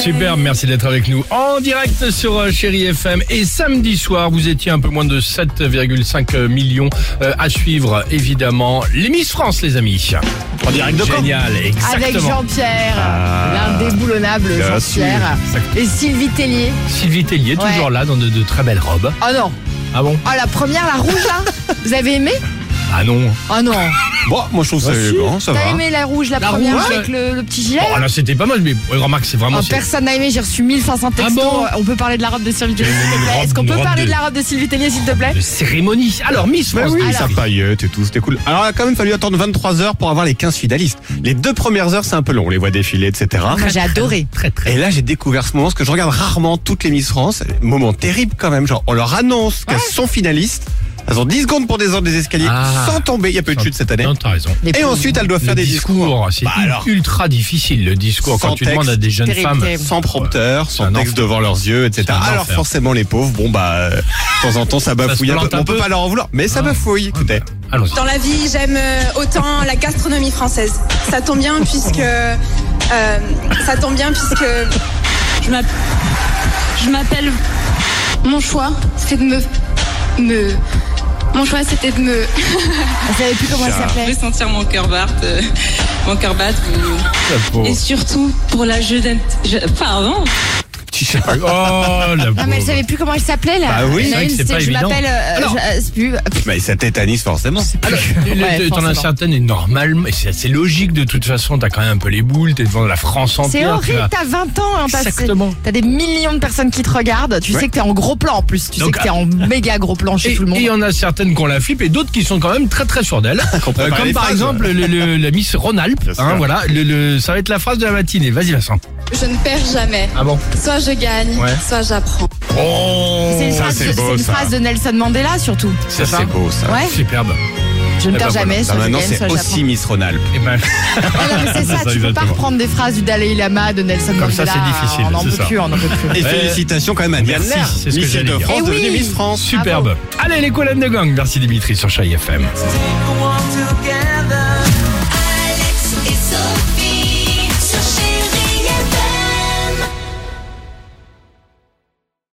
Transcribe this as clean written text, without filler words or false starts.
Super, merci d'être avec nous en direct sur Chérie FM. Et samedi soir, vous étiez un peu moins de 7,5 millions à suivre, évidemment, les Miss France, les amis. En direct de Caen. Génial, exactement. Avec Jean-Pierre, l'indéboulonnable bien Jean-Pierre. sûr. Et Sylvie Tellier. Sylvie Tellier, Ouais. toujours là, dans de très belles robes. Oh non. Ah bon? Oh la première, la rouge là. Vous avez aimé? Ah non. Oh non. Bon, moi je trouve ça élégant, ça T'as va. aimé la rouge, la La première rouge, avec le petit gilet? Oh là, c'était pas mal, mais remarque, c'est vraiment... Oh, personne n'a aimé, j'ai reçu 1500 textos. bon On peut parler de la robe de Sylvie Tellier, Mais s'il te une plaît? robe- Est-ce qu'on une peut robe parler de- de la robe de Sylvie Tellier, s'il te plaît? de cérémonie. Alors, Miss France. Oui, Alors. ça pailleute et tout, c'était cool. Alors, il a quand même fallu attendre 23 heures pour avoir les 15 finalistes. Les 2 premières heures, c'est un peu long, on les voit défiler, etc. Moi j'ai adoré. Très, très. Et là, j'ai découvert ce moment, parce que je regarde rarement toutes les Miss France. Moment terrible quand même, genre, on leur annonce qu'elles sont finalistes. Elles ont 10 secondes pour descendre des escaliers Ah. sans tomber. Il y a peu de chute cette année. Non, t'as raison. Les Et pauvres. ensuite, elles doivent Le faire des discours. c'est Bah alors, ultra difficile, le discours, Sans quand tu demandes texte. à des jeunes Terrible, femmes. terrible. sans prompteur, C'est sans un texte enfer. devant leurs yeux, etc. C'est un Alors enfer. forcément les pauvres, bon bah de temps en temps ça bafouille un plante peu. un On peut peu. pas leur en vouloir, mais ça bafouille. Écoutez, Allons-y. Dans la vie, j'aime autant la gastronomie française. Ça tombe bien puisque je m'appelle. Mon choix, c'est de Mon choix, c'était de me On savait plus comment elle s'appelait. sentir mon cœur battre. La pauvre. Et surtout pour la jeunesse. Pardon. petit chat. Oh, la Non mais elle pauvre. savait plus comment elle s'appelait là. Bah oui. Il y en C'est a vrai une, que c'est c'est pas je évident. m'appelle. Alors. c'est plus. Mais ça tétanise forcément. Alors, Ouais, t'en as forcément. certaines, et normalement, et c'est logique de toute façon, t'as quand même un peu les boules, t'es devant la France entière. C'est tu horrible, vas- t'as 20 ans, hein, Exactement. t'as des millions de personnes qui te regardent, tu Ouais. sais que t'es en gros plan en plus, tu Donc, sais que t'es en méga gros plan chez Et tout le monde. il y en a certaines qui ont la flippe et d'autres qui sont quand même très très sûres d'elles. prépare Comme les par phrases. exemple la Miss Rhône-Alpes. Bien sûr. Voilà, ça va être la phrase de la matinée. Vas-y Vincent. Je ne perds jamais. Ah bon? Soit je gagne, Ouais. soit j'apprends. Oh, C'est une, ça, phrase, c'est de, beau, c'est une ça. phrase de Nelson Mandela surtout. c'est ça. C'est beau ça. Ouais. Superbe. Je ne Eh perds ben jamais, Non, soit je maintenant gagne, c'est soit aussi j'apprends. Miss Rhône-Alpes. Et ben, Ah non, mais c'est ça, tu peux pas exactement. reprendre des phrases du Dalai Lama, de Nelson Comme ça, Mandela. c'est difficile, On n'en c'est peut ça. plus, on n'en peut plus. Et félicitations quand même à Diane Merci, Lair, c'est ce que Miss j'allais dire. Île-de-France, Eh oui. devenue Miss France. Superbe. Allez, les colonnes de gang. Merci Dimitri sur Chérie FM. Alex et Sophie.